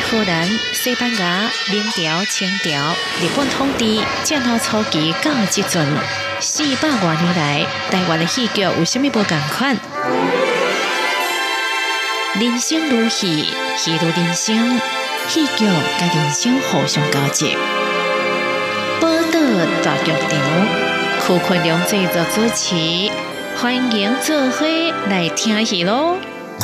荷兰、西班牙、明朝、清朝、日本统治战后初期到即阵，400多年来，台湾的戏剧有啥物无共款？人生如戏，戏如人生，戏剧甲人生互相交织。宝岛大剧场，柯坤良制作主持，欢迎做伙来听戏咯！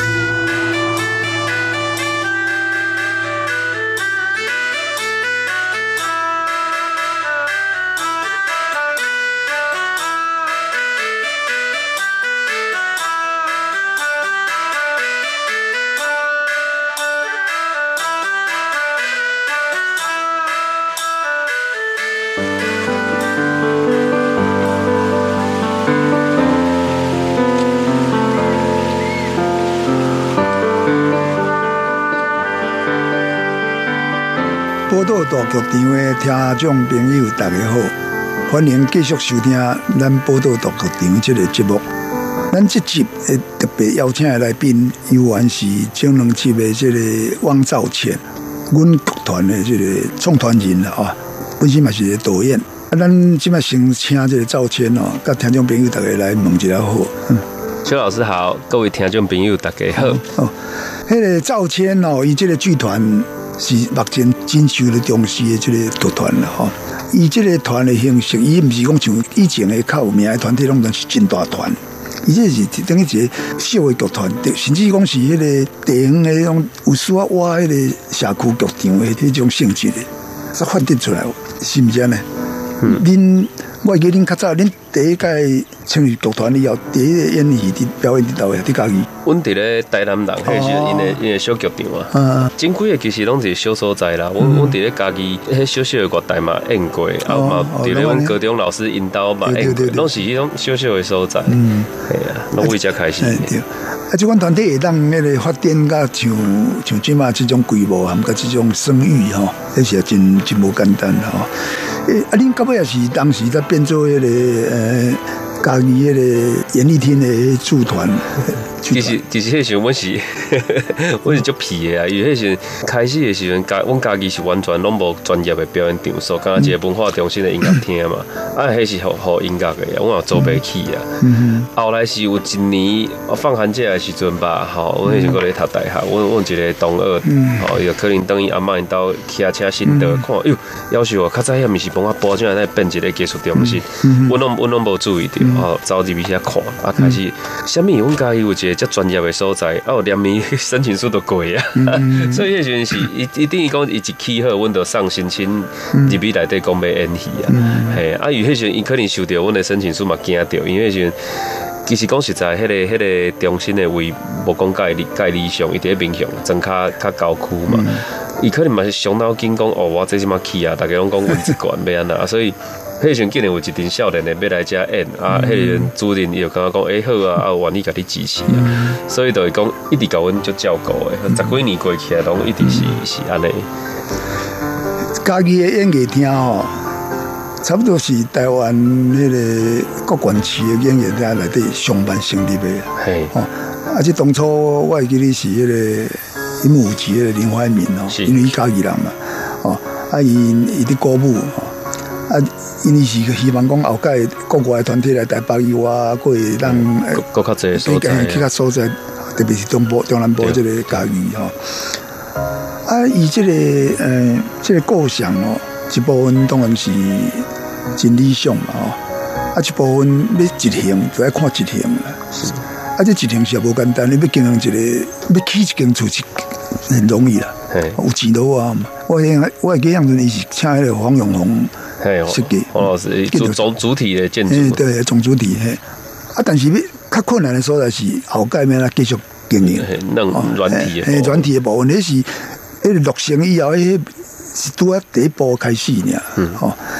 宝岛大剧场的听众朋友，大家好，欢迎继续收听咱宝岛大剧场这个节目。咱这集会特别邀请的来宾，依然是整两集的这个汪兆谦，阮剧团的这个创团人啊，本身嘛是个导演。咱即摆先请这个兆谦哦，甲听众朋友大家来问一下好。 邱老师好，各位听众朋友大家好。 迄个兆谦哦，伊这个剧团是目前真受了重视的这个剧团啦吼。伊这个团的形式，伊毋是讲像以前的较有名的团体，拢是真大团。伊这是等于一个小的剧团，甚至讲是迄个地方的迄种有需要挖迄个社区剧场的迄种性质的，才发展出来，是毋是安尼？恁我记恁较早，恁第一届成立剧团以后，第一个演戏伫表演伫倒位，伫家己。 阮伫咧台南人，迄是因的小剧场啊。前几个其实拢是小所在啦。阮伫咧家己迄小小的月台嘛演过，啊嘛伫咧阮高中老师引导嘛演过，拢是迄种小小的所在。系啊，拢为遮开始。 啊，即款团体会当迄个发展甲像即马即种规模，含甲即种声誉吼，迄是真无简单吼。啊，恁到尾也是当时在变做迄个家己迄个演艺厅的驻团。 其实迄时阮是阮是足皮的啊，因为迄时开始的时阵，阮家己是完全拢无专业的表演场所，敢若一个文化中心的音乐厅嘛。迄是互音乐的，阮也做袂起啊。后来是有一年放寒假的时阵吧，吼，阮迄时阵咧读大学，阮一个同学，吼，伊就可能等伊阿嬷因兜骑车新德看，哟，要求我较早遐毋是帮我播，怎样来变一个艺术中心？阮拢无注意到，吼，走入去遐看，啊，开始，啥物？阮家己有一个遮专业的所在，啊，有连咪申请书都过啊，所以迄阵是一定讲伊一起好，阮就送申请入去内底讲要演戏啊，嘿，啊，伊迄阵伊可能收到阮的申請書嘛驚到，因為迄陣其實講實在，迄個中心的位無講介理想，伊伫面向真較郊區嘛，伊可能嘛是傷腦筋講哦，我這陣仔去啊，大家攏講位置懸要安那，所以迄陣竟然有一陣少年的要來遮演啊，迄陣主任伊就感覺講好啊，啊願意甲你支持啊，所以就係講一直甲阮足照顧的，10幾年過去啊，攏一直是安尼。 家己的演藝廳吼。差不多是台灣迄個各縣市的演藝廳內底上萬成立的。 係哦，啊！即當初我會記得是迄個音樂節的林懷民哦，因為伊家己人嘛，哦，啊伊啲歌舞，啊，因為是希望講後屆國外的團體來台北以外，佫會讓佫較濟所在， 其他所在，特別是中南部即個家己吼。啊，伊即個即個構想哦。一部分當然是真理想嘛吼，啊一部分要執行就要看執行啦。啊，這執行是也無簡單，你要經營一個，要起一間厝是很容易啦，有錢佬啊嘛。我會記樣陣伊是請迄個黃永鴻設計， 黃老師總主體的建築， 對，總主體嘿。啊，但是要較困難的所在是後屆要繼續經營， 弄軟體的， 軟體的部分，迄是迄個落成以後迄。是拄啊第一步開始爾，吼，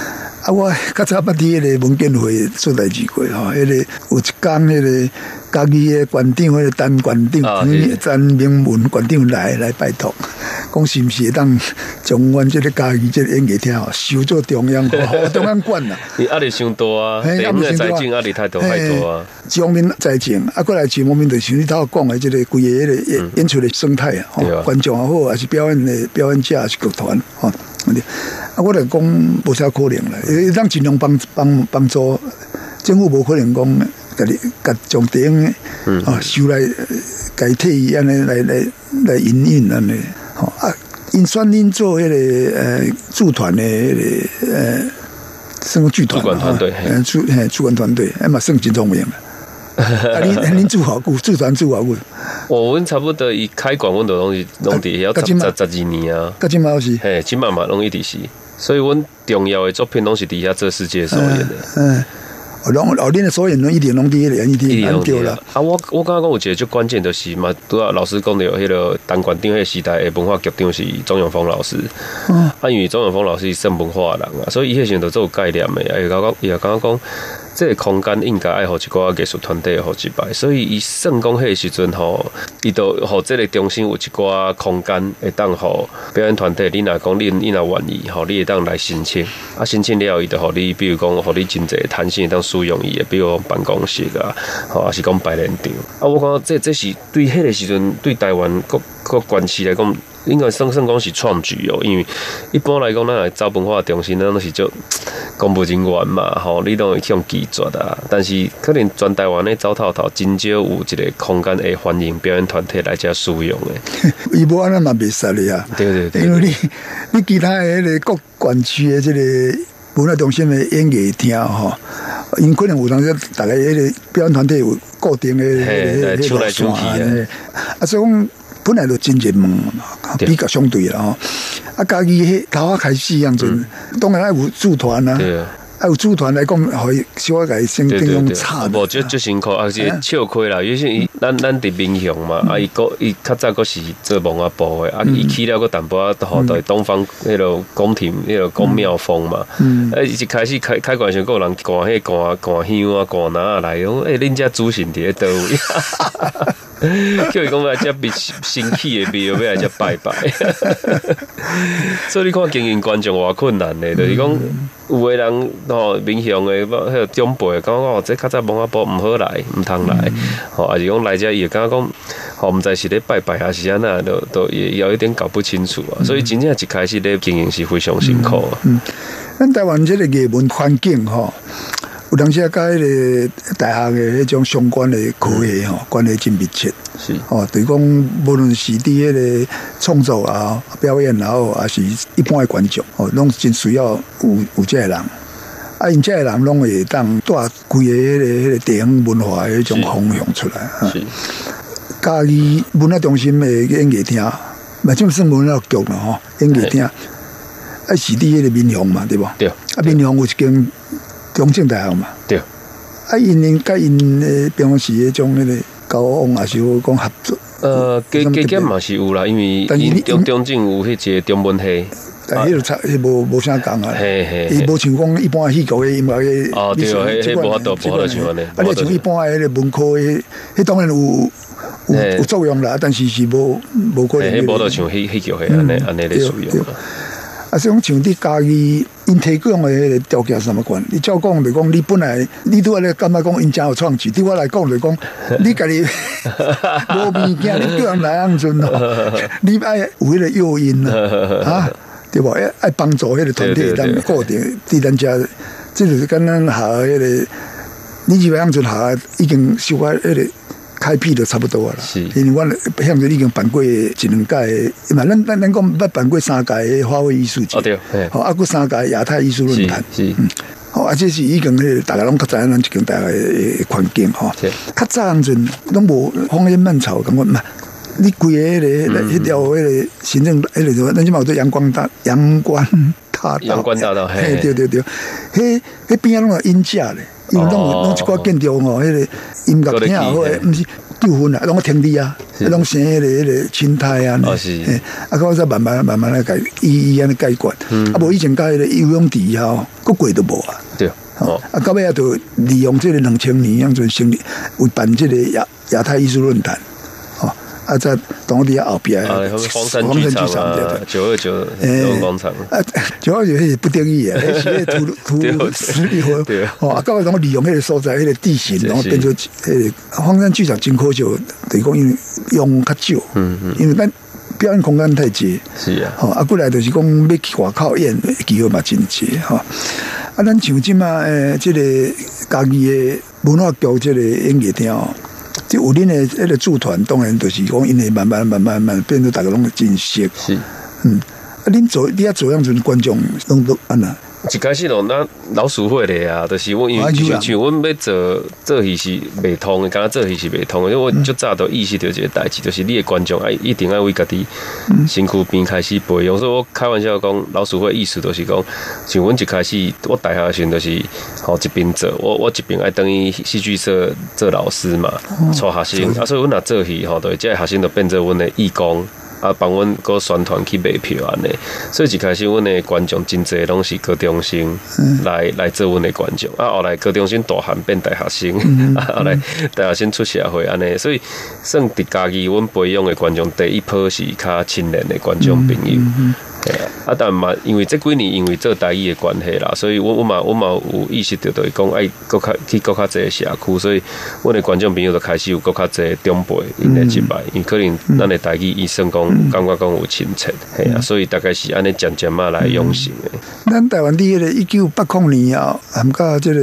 我较早捌伫迄个文建会做代志过吼，迄个有一工迄个家己的馆长，迄个陈馆长，陈明文馆长来拜托，讲是毋是会当将阮即个家己即个演艺厅吼收做中央中央馆啦？ 你压力伤大啊，地方的财政压力太大啊。 一方面财政，过来一方面就是你头讲的即个规个迄个演出的生态啊，观众也好，还是表演者，还是剧团吼。我来讲无啥可能啦，咱尽量帮助政府，无可能讲甲将地方收来改替伊安尼来营运安尼。吼啊，因选恁做迄个驻团的迄个什么剧团主管团队， 主管团队，嘛算真聪明啊！恁驻好久，驻团驻好久。 阮差不多伊开馆，阮就拢是拢伫遐12年啊。 到今嘛是， 嘿，今嘛拢一直是，所以阮重要的作品拢是伫遐做世界首演的。恁的首演拢一定拢伫迄个一定对啦。啊，我刚刚讲有一个最关键就是嘛，拄啊老师讲到迄个陈馆长迄个时代的文化局长是钟永峰老师。因为钟永峰老师是算文化的人啊，所以伊迄时阵就做有概念的，伊也刚刚讲。这个空间应该爱互一个艺术团队互一摆，所以伊算讲迄个时阵吼，伊就互这个中心有一个空间会当互表演团队，你若讲你若愿意吼，你会当来申请，啊申请了伊就互你，比如讲互你真侪弹性当使用伊的，比如讲办公室啊，吼，还是讲排练场。啊，我讲这是对迄个时阵对台湾各县市来讲。应该算讲是创举哦，因为一般来讲，咱来走文化中心，咱都是做公务人员嘛，吼，你拢会去用拒绝啊。但是可能全台湾的走透透，真少有一个空间会欢迎表演团体来遮使用的。 伊无安尼嘛袂使哩啊，对，因为你其他的迄个各县区的即个文化中心的演艺厅吼，因可能有当时大家迄个表演团体有固定的迄个路线啊，所以讲。本来就真热门嘛，比较相对啦吼。啊，家己迄头啊开始样阵，当然爱有组团啊，爱有组团来讲，可以小可甲先定用差。 无就辛苦，而且笑亏啦。尤其咱伫民雄嘛，啊伊较早个是做文化部的，啊伊去了个淡薄仔，吼在东方迄个宫廷迄个宫庙风嘛。一开始开馆时，个人赶迄赶香啊，赶哪来？讲恁遮主神伫咧倒位？叫伊讲要遮别新起的庙，要来遮拜拜。所以你看经营观众偌困难的，就是讲有的人吼民雄的，迄个长辈讲哦，这较早文化部唔好来，唔通来，吼，还是讲来遮伊感觉讲，吼，唔知是咧拜拜还是安那，都也有一点搞不清楚啊。所以真正一开始咧经营是非常辛苦啊。 咱台湾这个艺文环境吼。有当时啊，甲迄个大学的迄种相关的科系吼，关系真密切。 是哦，就是讲，无论是伫迄个创作啊、表演啊，还是一般的观众，哦，拢真需要有这个人。啊，因这个人拢会当带规个迄个地方文化的迄种方向出来。是。家己文化中心的演艺厅，嘛，就是文化局啦吼，演艺厅，啊是伫迄个民雄嘛，对不？ 对。 啊，民雄有一间。中正大学嘛， 对。 啊，因甲因的办公室迄种迄个交往，也是讲合作。 加减嘛是有啦，因为中正有迄个中文系， 但迄个差无啥共啊。伊无像讲一般戏剧的音乐的。 哦，对，迄无法度像安尼。 啊，你像一般的迄个文科的，迄当然有作用啦，但是无可能。 迄无得像戏剧的安尼咧使用。 啊，所以讲像你家己因提供的迄个条件是什么款？你照讲就讲，你本来你拄仔咧感觉讲因真有创举，对我来讲就讲，你家己无物件，你叫人来安阵咯，你爱有迄个诱因啊，对无？爱帮助迄个团体当固定伫咱遮，这就是跟咱下迄个，你以为安阵下已经修改迄个。开辟就差不多啦，因为我向着已经办过一两届，嘛，咱讲要办过3届花卉艺术节，好，啊，过3届亚太艺术论坛，好，啊，这是已经迄大家拢较知影咱一间大个环境吼，较早安阵拢无荒烟蔓草感觉嘛，你规个迄条迄个行政迄个，咱即嘛有做阳关大道，嘿，对，迄边啊拢有音架咧。因为拢一寡建筑吼，迄个音乐厅也好，毋是纠纷啊，拢个停地啊， 拢生迄个青苔啊，我再慢慢来改，伊安尼改观，无以前甲迄个游泳池吼，佫贵都无啊。 对， 到尾就利用这个2000年样阵成立，为办这个亚太艺术论坛。在当地后边， 荒山剧场啊，929广场 ，929是不得已啊，是图实力活。到尾利用迄个所在，迄个地形，然后变做荒山剧场真可笑，等于讲因为用较少，因为咱表演空间太济， 是啊， 过来就是讲要去外口演，机会嘛真济咱像即嘛这个家己的文化局这个演艺厅。就有恁的迄个驻团，当然就是讲，因为慢慢变做大家拢真熟。 是， 你遐做样阵观众拢都安那。 一开始咯，咱老鼠会的啊，就是我因为像阮要做戏是袂通的，敢若做戏是袂通的，因为我就早都意识到一个代志，就是你的观众一定要为家己身躯边开始培养。所以我开玩笑讲，老鼠会意思就是讲，像阮一开始我大学的时候就是一边做，我一边爱等于戏剧社做老师嘛，带学生所以阮若做戏就这学生就变做阮的义工。帮阮个宣传去买票安尼，所以一开始阮的观众真侪拢是高中生来做阮的观众，后来高中生大汉变大学生，后来大学生出社会安尼，所以算伫家己阮培养的观众第一波是较亲年的观众朋友。但嘛，因为这几年因为做台语的关系啦，所以我嘛有意识到，就是讲爱搁较去搁较侪社区，所以阮的观众朋友就开始有搁较侪长辈因来入来，因为可能咱的台语医生讲感觉讲有亲切，所以大概是安尼渐渐嘛来养成的。 咱台湾伫迄个1980年啊，含到这个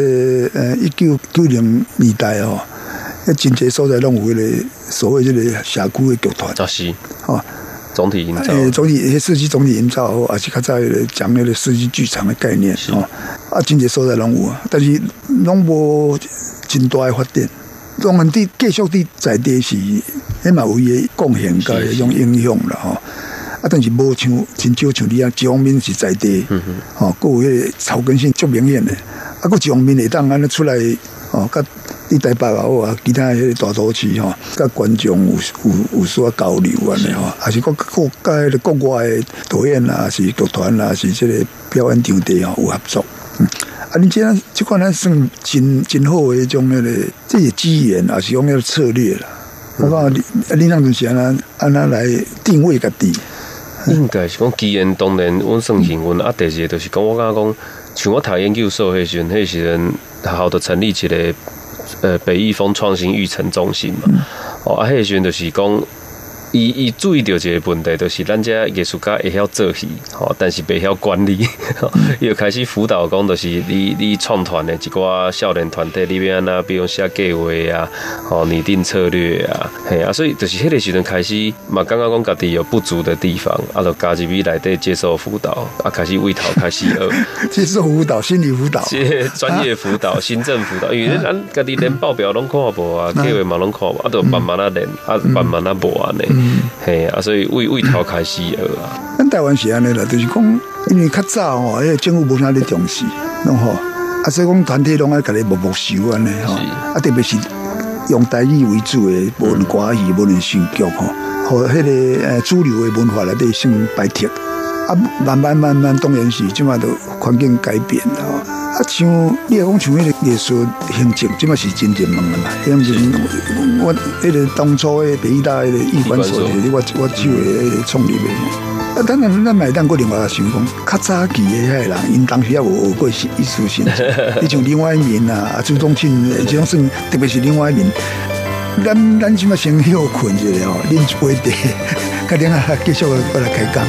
1990年代哦，真侪所在拢有迄个所谓这个社区的剧团。 是总体营造， 市区总体营造，而且较早讲那个市区剧场的概念真侪所在拢有啊，但是拢无真大的发展。当然，继续伫在地是，起码有伊的贡献甲迄种影响啦但是无像真少像你啊，一方面是在地，还有迄个草根性足明显的，还一方面会当安尼出来甲。你台北啊，或其他迄个大都市甲观众有所交流安尼还是甲迄个国外的导演啊，是剧团啊，是这个表演场地有合作。你这款咱算真好的迄种迄个这些资源，也是讲迄个策略啦。我讲你那阵是安那来定位家己。 应该是讲基因，当然阮算幸运第二个就是讲，我感觉讲，像我读研究所迄时阵，学校就成立一个。北艺风创新育成中心嘛，迄个时阵就是讲，伊注意到一个问题，就是咱这艺术家会晓做戏，但是袂晓管理，伊就开始辅导讲，就是你创团的一寡少年团体，你要安那，比如写计划啊，拟定策略啊，所以就是迄个时阵开始嘛，感觉讲家己有不足的地方，就加入去内底接受辅导，开始为头开始学， 接受辅导、心理辅导、 专业辅导、行政辅导，因为咱家己连报表拢看无啊，计划嘛拢看无，就慢慢练，慢慢无安尼。所以为头开始学啊。 咱台湾是安尼啦，就是讲，因为较早迄个政府无啥咧重视，拢所以讲团体拢爱家己默收安尼特别是用台语为主的，无论歌戏、无论戏剧和迄个主流的文化内底先摆脱。慢慢当然是即马都环境改变啦。像你讲像迄个艺术行政，即马是真热门的嘛。因为我迄个当初的北艺大迄个艺管所，我手的创立的。当然咱买当过另外想讲，较早期的遐人，因当时也有学过艺术性，你像林怀民啊、朱宗庆这种算，特别是林怀民，咱即马先休困一下啉一杯茶，等下继续过来开讲。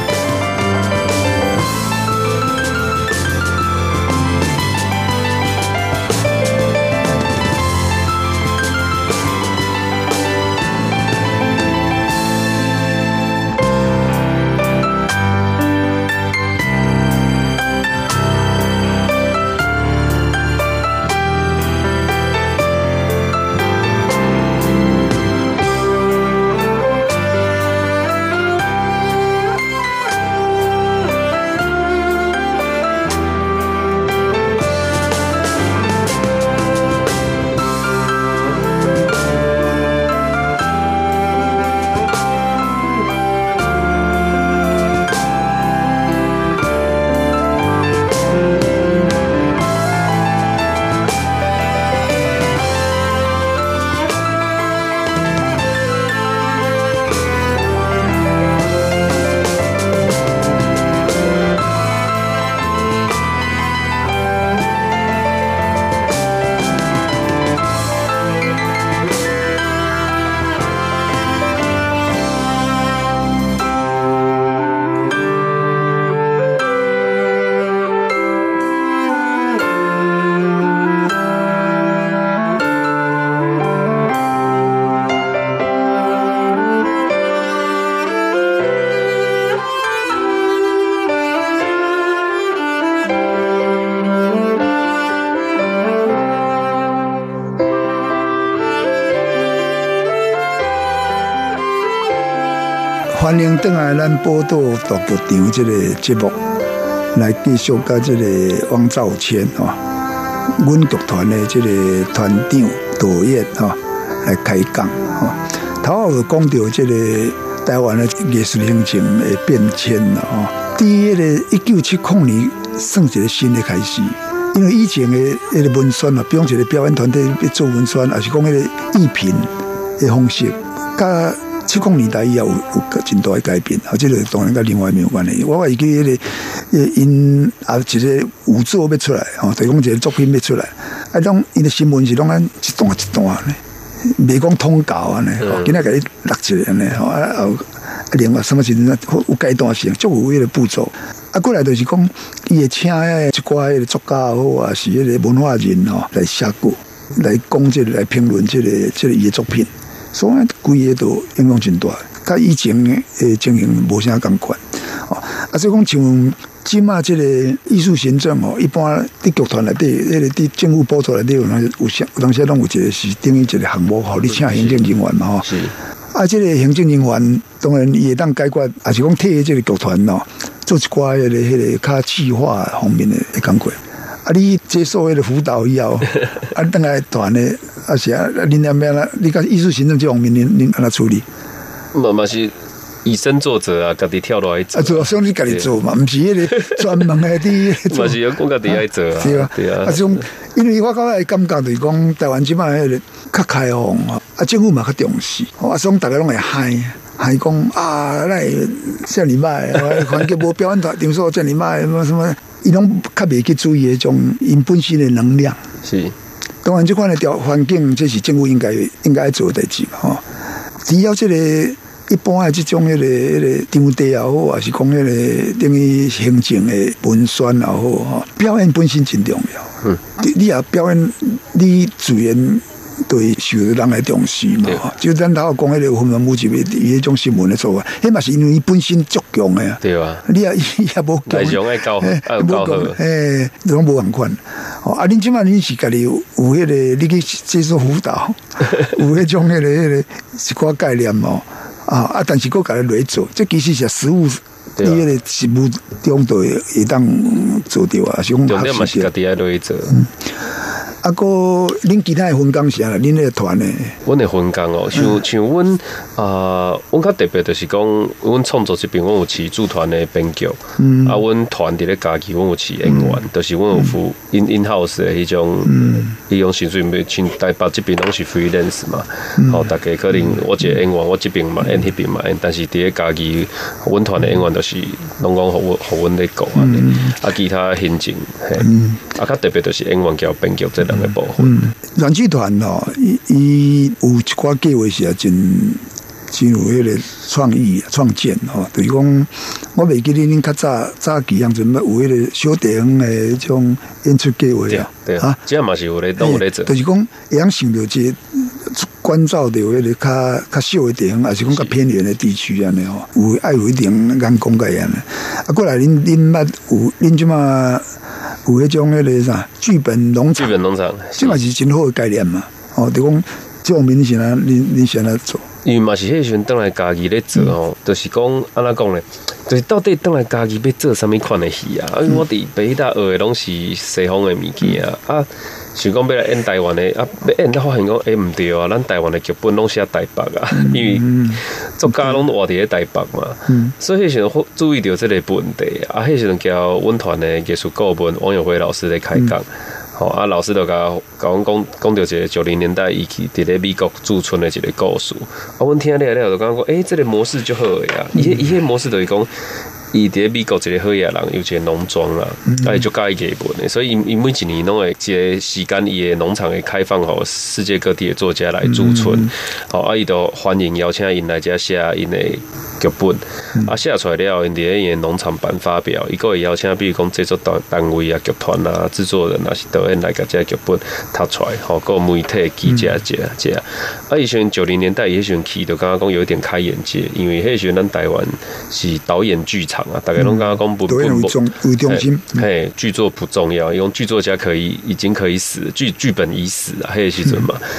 欢迎回来咱报道大剧场这个节目，来继续甲这个汪兆谦阮剧团的这个团长导演来开讲头有讲到这个台湾的艺术形情的变迁第一个1970年算一个新的开始。因为以前的那个文宣比方一个表演团队要做文宣，还是讲那个艺评的方式，甲70年代以后有真大的改变。这个当然跟另外没有关系。我记得那个因一个舞作要出来，就是讲一个作品要出来，拢因的新闻是拢按一段一段呢，未讲通告啊呢，今仔给你录一个呢，另外什么时阵有阶段性，足有迄个步骤。过来就是讲，伊会请一寡迄个作家好啊，是迄个文化人来写歌，来讲这个来评论这个伊的作品，所以规个都影响真大，甲以前的情形无啥共款。所以讲像即马这个艺术行政一般伫剧团内底，迄个伫政府补助内底有当时拢有一个是等于一个项目，你请行政人员嘛是。 这个行政人员当然伊会当解决，也是讲替这个剧团做一寡迄个较企划方面的工作。你接受迄个辅导以后，等来团的是恁那边啦，你甲艺术行政这方面，恁安怎处理？ 嘛是以身作则啊，家己跳落来做。 主要是你家己做嘛，毋是迄个专门的伫。 嘛是要讲家己爱做啊。 对啊。种因为我感觉感觉就是讲台湾即摆迄个较开放政府嘛较重视，所以大家拢会嗨讲咱遮尔歹，环境无表演团场所遮尔歹，什么，伊拢较袂去注意迄种因本身的能量。 是， 当然，这款的环境，这是政府应该做的代志嘛，只要这个一般的这种迄个场地也好，还是讲迄个等于行政的文宣也好，表演本身真重要。你也表演，你自然对受人来重视嘛。就咱头讲迄个新闻舞集的迄种新闻的做法，迄嘛是因为伊本身足强的啊。 对啊。 你也无内容爱教好， 拢无共款。恁即摆恁是家己有迄个，你去接受辅导，有迄种迄个一寡概念但是佫家己来做，这其实是实务。你迄个实务中都会当做到啊，是讲重点嘛是家己爱落去做。 个恁其他的分工是啊，恁那个团呢？ 阮的分工像阮阮较特别就是讲，阮创作这边阮有饲驻团的编剧，阮团伫咧家己阮有饲演员，就是阮有付in house 的迄种薪水，像台北这边拢是 freelance 嘛，大家可能我一个演员，我这边嘛演，迄边嘛演，但是伫咧家己阮团的演员就是拢讲互阮咧顾其他行政较特别就是演员交编剧这两个部分。 软剧团伊有一寡计划是真有迄个创意创建就是讲我袂记得恁较早期样阵有迄个小地方的迄种演出计划对啊，这嘛是有咧，拢有咧做。 就是讲会晓想到一个关照到迄个较小的地方，还是讲较偏远的地区安尼有爱有一点眼光个样的。过来恁有恁即马有迄种迄个啥剧本农场，这嘛是真好的概念嘛。就讲这方面你先来做。 因为嘛是迄时阵，倒来家己咧做就是讲安怎讲咧，就是到底倒来家己要做啥物款的戏啊？因为我伫北大学的拢是西方的物件想讲要来演台湾的要演，发现讲毋对啊，咱台湾的剧本拢写台北啊，因为作家拢活伫咧台北嘛，所以迄时阵注意到这个问题迄时阵交阮团的艺术顾问王友辉老师咧开讲。老师就甲阮讲到一个90年代伊去伫咧美国驻村的一个故事。阮听了就感觉讲，这个模式就好个呀。伊迄模式就是讲，伊伫咧美国一个好野人，有一个农庄啦，伊就介意艺文的，所以伊每一年拢会一个时间，伊的农场会开放互世界各地的作家来驻村。伊就欢迎邀请因来遮写因的剧本。写出来了后，因伫咧因的农场版发表，伊个会邀请，比如讲制作单位啊、剧团啊、制作人啊是导演来甲遮剧本读出来，个媒体记者这。以前90年代，迄时阵去就感觉讲有一点开眼界，因为迄时阵咱台湾是导演剧场啊，大家拢感觉讲有中心， 剧作不重要，因为剧作家已经可以死，剧本已死啊，迄个时阵嘛。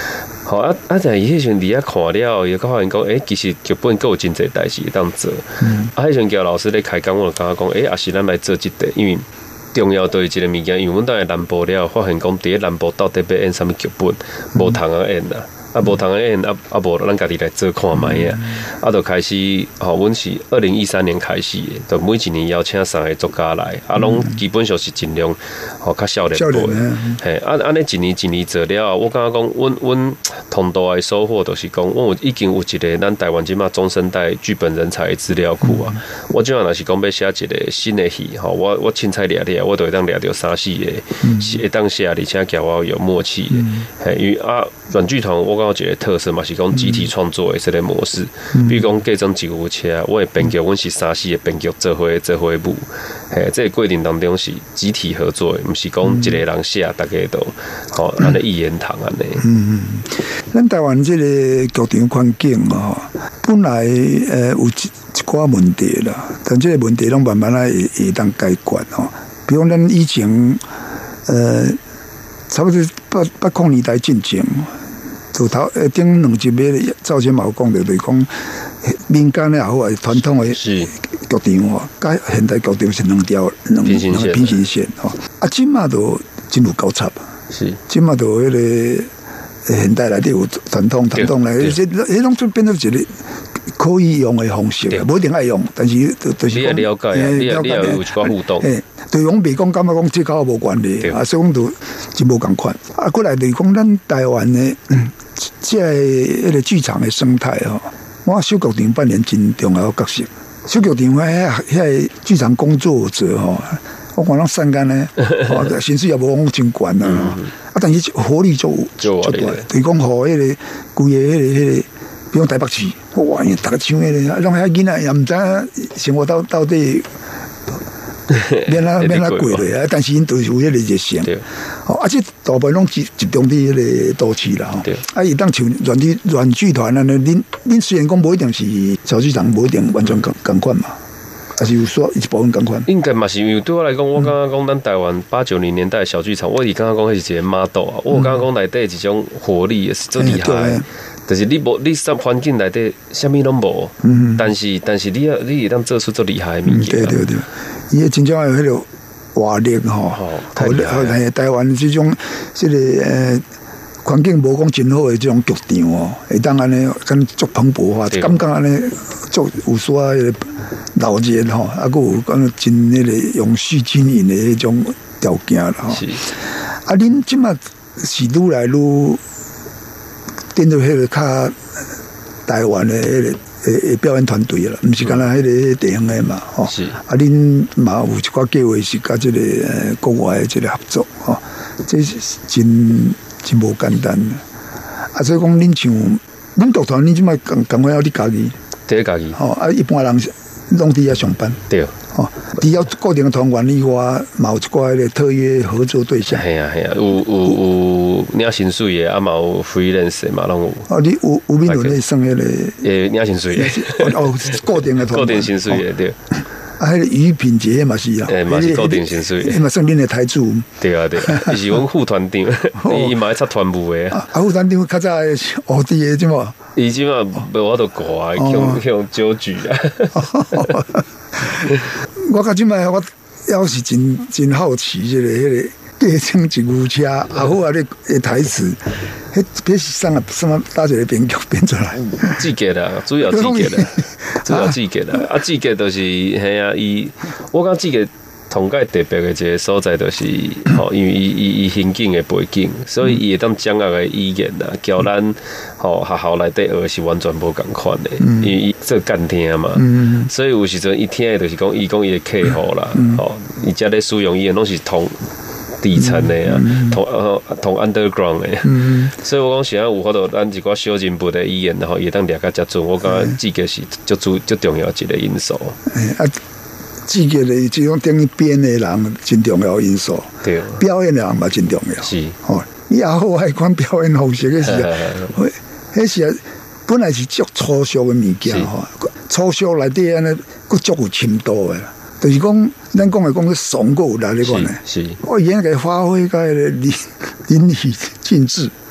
好啊，但伊迄阵伫遐看了，伊发现讲，其实剧本够有真侪代志当做。迄阵叫老师咧开讲，我就感觉讲，也是咱来做即个，因为重要就是一个物件，因为阮当来南部了，发现讲伫南部到底要演啥物剧本，无通啊演啦。无通演，无咱家己来做看卖啊，就开始阮是2013年开始的，就每一年邀请3个作家来，拢基本上是尽量较少年辈，嘿，安尼一年一年做了，我感觉讲，阮同大的收获就是讲，阮已经有一个咱台湾即马中生代剧本人才的资料库啊。我即马若是讲要写一个新的戏，我凊彩掠掠，我就会当掠着3-4个，会当写，而且甲我有默契的，嘿，因为软剧团我。有一个特色嘛，是讲集体创作的这个模式。比如讲，计装一部车，我的编剧，阮是3-4个编剧做伙舞。嘿，这个过程当中是集体合作的，不是讲一个人写，大家都安尼一言堂安尼。 咱台湾这个剧场环境本来有一寡问题啦，但这个问题拢慢慢会当解决比如咱以前差不多8年代进前。就顶2集咧，赵先毛讲的，就是讲民间的也好，传统的剧场甲现代剧场是两平行线今嘛都真有交叉， 是今嘛都迄个现代内底有传统来，迄种就变成一个可以用的方式，无一定爱用，但是就是你也了解，你也有一寡互动。 对方袂讲，感觉讲这甲我无关系，所以讲都真无共款。过来就是讲咱台湾的这迄个剧场的生态我小剧场扮演真重要的角色。小剧场迄剧场工作者我看咱三干呢，薪水也无讲真悬但是活力就大，就是讲互迄个规个迄个，比如台北市，哇，大家唱迄个，让遐囡仔也唔知生活到底。免啦过咧，但是因都是有迄个热诚，这大部分拢集中伫迄个都市啦，伊当像软剧团啊，恁虽然讲无一定是小剧场，无一定完全共款嘛，还是有说一部分共款。 应该嘛是，因为对我来讲，我刚刚讲咱台湾80-90年代的小剧场，我是刚刚讲迄是一个 model 我刚刚讲内底一种活力也是最厉害。就是你上环境内底啥物拢无，但是你会当做出最厉害的物件。 对，伊真正有迄个活力太厉害。 台湾这种个环境无讲真好的这种剧场会当安尼跟足蓬勃化，感觉安尼足有说迄个老热还有讲真迄个永续经营的迄种条件啦是恁即马是愈来愈。变做迄个较台湾的迄个表演团队啦，毋是干那迄个地方的嘛， 是恁嘛有一寡计划是甲这个国外的这个合作，这是真无简单的。所以讲恁像恁剧团，恁即摆赶快要你家己， 第一家己， 一般人拢伫遐上班， 对。 只要固定的团员以外，嘛有一寡个特约合作对象。 系啊，有领薪水的，嘛有 freelance 嘛，拢有。 你有面有咧算迄个？ 领薪水的。 固定的团员。 固定薪水的对。 迄个余品杰嘛是啊， 嘛是固定薪水的。 嘛算恁的台柱。 对啊，伊是阮副团长，伊嘛爱插团务的。 副团长较早学弟的，即嘛。 伊即嘛无我都挂，向酒局啊。 我到即摆我要是真好奇，迄个计程一牛车，好你台词，迄是什么大学的编剧编出来？ 自己啦，主要自己啦，自己就是我讲自己。同介特别的一个所在，就是因为伊环境的背景，所以伊会当掌握的语言啦，教咱学校内底学是完全无共款的，因为伊做干听嘛，所以有时阵伊听的就是讲伊的客户啦，伊遮咧使用语言拢是同底层的啊，同 underground 的，所以我讲现在有法度咱一寡小人物的语言，然后伊当掠较遮准，我感觉自己是最重要一个因素。 自己的这种等于编的人真重要因素， 对， 表演的人嘛真重要。 是， 你也好迄款表演方式，迄是本来是足粗俗的物件粗俗内底安尼，佫足有深度的，就是讲咱讲的讲爽过有力的款的。 是， 我演给发挥个淋漓尽致。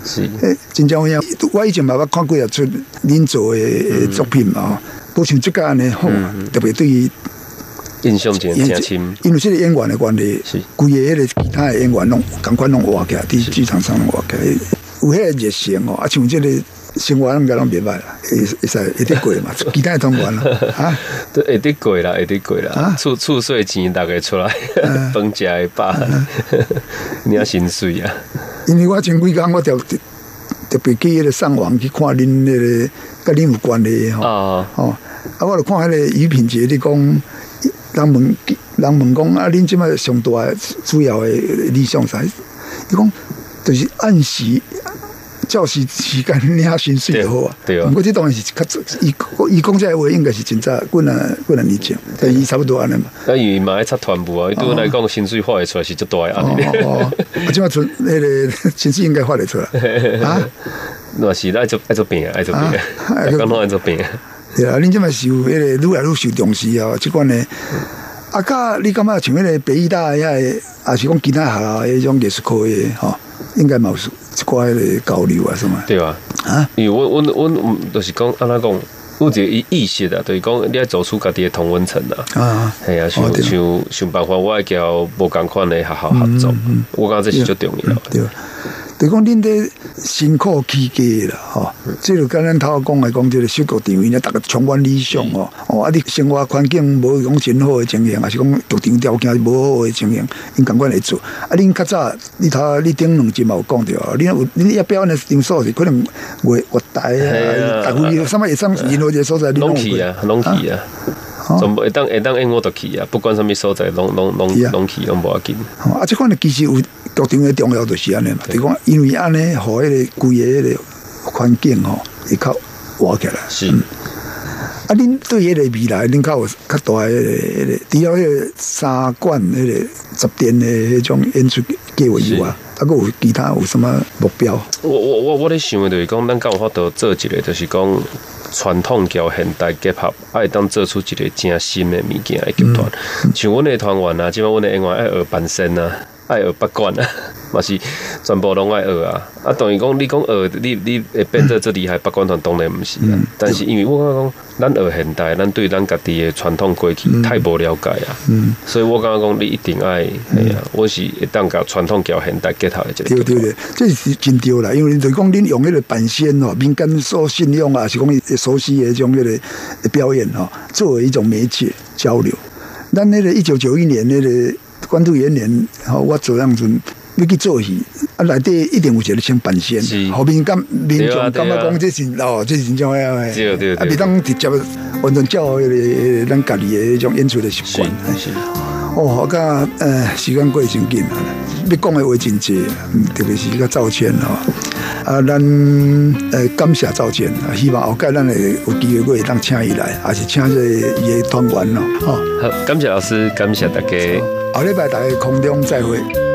是， 真正有影。我以前嘛，我看过出恁做的作品嘛，无像这个安尼好，特别对于印象真深， 因为这个演员的关系，规个迄个其他的演员拢赶快拢活起来，伫剧场上拢活起来，有迄个热情哦，啊，像这个。生活应该拢袂歹啦，会得过嘛？其他同源啦，啊， 都会得过啦，会得过啦。厝税钱大概出来，饭食会饱，你要薪水啊。 因为我前几工我特别去迄个上网去看恁那个甲恁有关系吼，哦，啊，我就看迄个余品杰，你讲人问讲啊，恁即摆上大主要的理想啥？伊讲就是按时。教时间领薪水就好啊。 对啊。 不过这当然是较伊讲这话应该是真早，几两年前，但伊差不多安尼嘛。 因为嘛爱插团部啊，伊对我来讲薪水发会出来是足大的压力。 啊，即马存迄个薪水应该发得出来啊。 那是爱做病啊，爱做病，刚刚爱做病。 对啊，恁即马是有迄个愈来愈受重视啊，即款的。啊，甲你感觉像迄个北医大遐个，也是讲其他学校迄种艺术科的吼，应该嘛有一寡迄个交流啊，什么？ 对啊，啊，因为我就是讲，安怎讲，有一个意识啊，就是讲你要走出家己的同温层啊，系啊，想办法，我爱交无共款的学校合作，我感觉这是最重要的。 对。就讲恁的辛苦起家啦，吼，即就跟咱头讲来讲，即个小剧场因咧，大家充满理想哦，啊，你生活环境无讲真好的情形，还是讲剧场条件无好的情形，因共款来做。啊，恁较早，你顶两集嘛有讲着，恁要表演的场所是可能月台啊，大概什么会上任何一个所在， 拢去啊，拢去啊。全部会当演我都去啊，不管什么所在，拢去，拢无要紧。 啊，这款的其实有剧场的重要就是安尼嘛，就讲因为安尼，互迄个规个迄个环境吼会较活起来。 是。 啊，恁对迄个未来，恁较有较大迄个，除了迄个三馆迄个10店的迄种演出计划以外，啊，佮有其他有什么目标？ 我咧想的就是讲，咱敢有法度做一个，就是讲。传统交现代结合，爱当做出一个正新的物件的剧团。像阮的团员啊，即摆阮的演员爱学扮身啊，爱学八卦啊，嘛是全部拢爱学啊。啊，等于讲你讲学，你会变做最厉害八卦团，当然毋是啊。但是因为我感觉讲，咱学现代，咱对咱家己的传统过去太无了解啊。所以我感觉讲，你一定爱，系啊，我是会当甲传统交现代结合的一个。 对，这是真对啦。因为就是讲，恁用迄个扮仙哦，民间所信用啊，是讲熟悉的种迄个表演哦，作为一种媒介交流。咱那个1991年那个关渡元年，我做样子。要去做戏，啊，内底一定有一个先扮仙，后面民众感觉讲这是这是真正诶， 对， 啊，袂当直接完全照迄个咱家己诶迄种演出的习惯。哦，我讲时间过真紧啊，要讲的话真济，特别是个赵谦吼，啊，咱感谢赵谦，希望后届咱会有机会会当请伊来，还是请这伊的团员咯， 好，感谢老师，感谢大家， 后礼拜大家空中再会。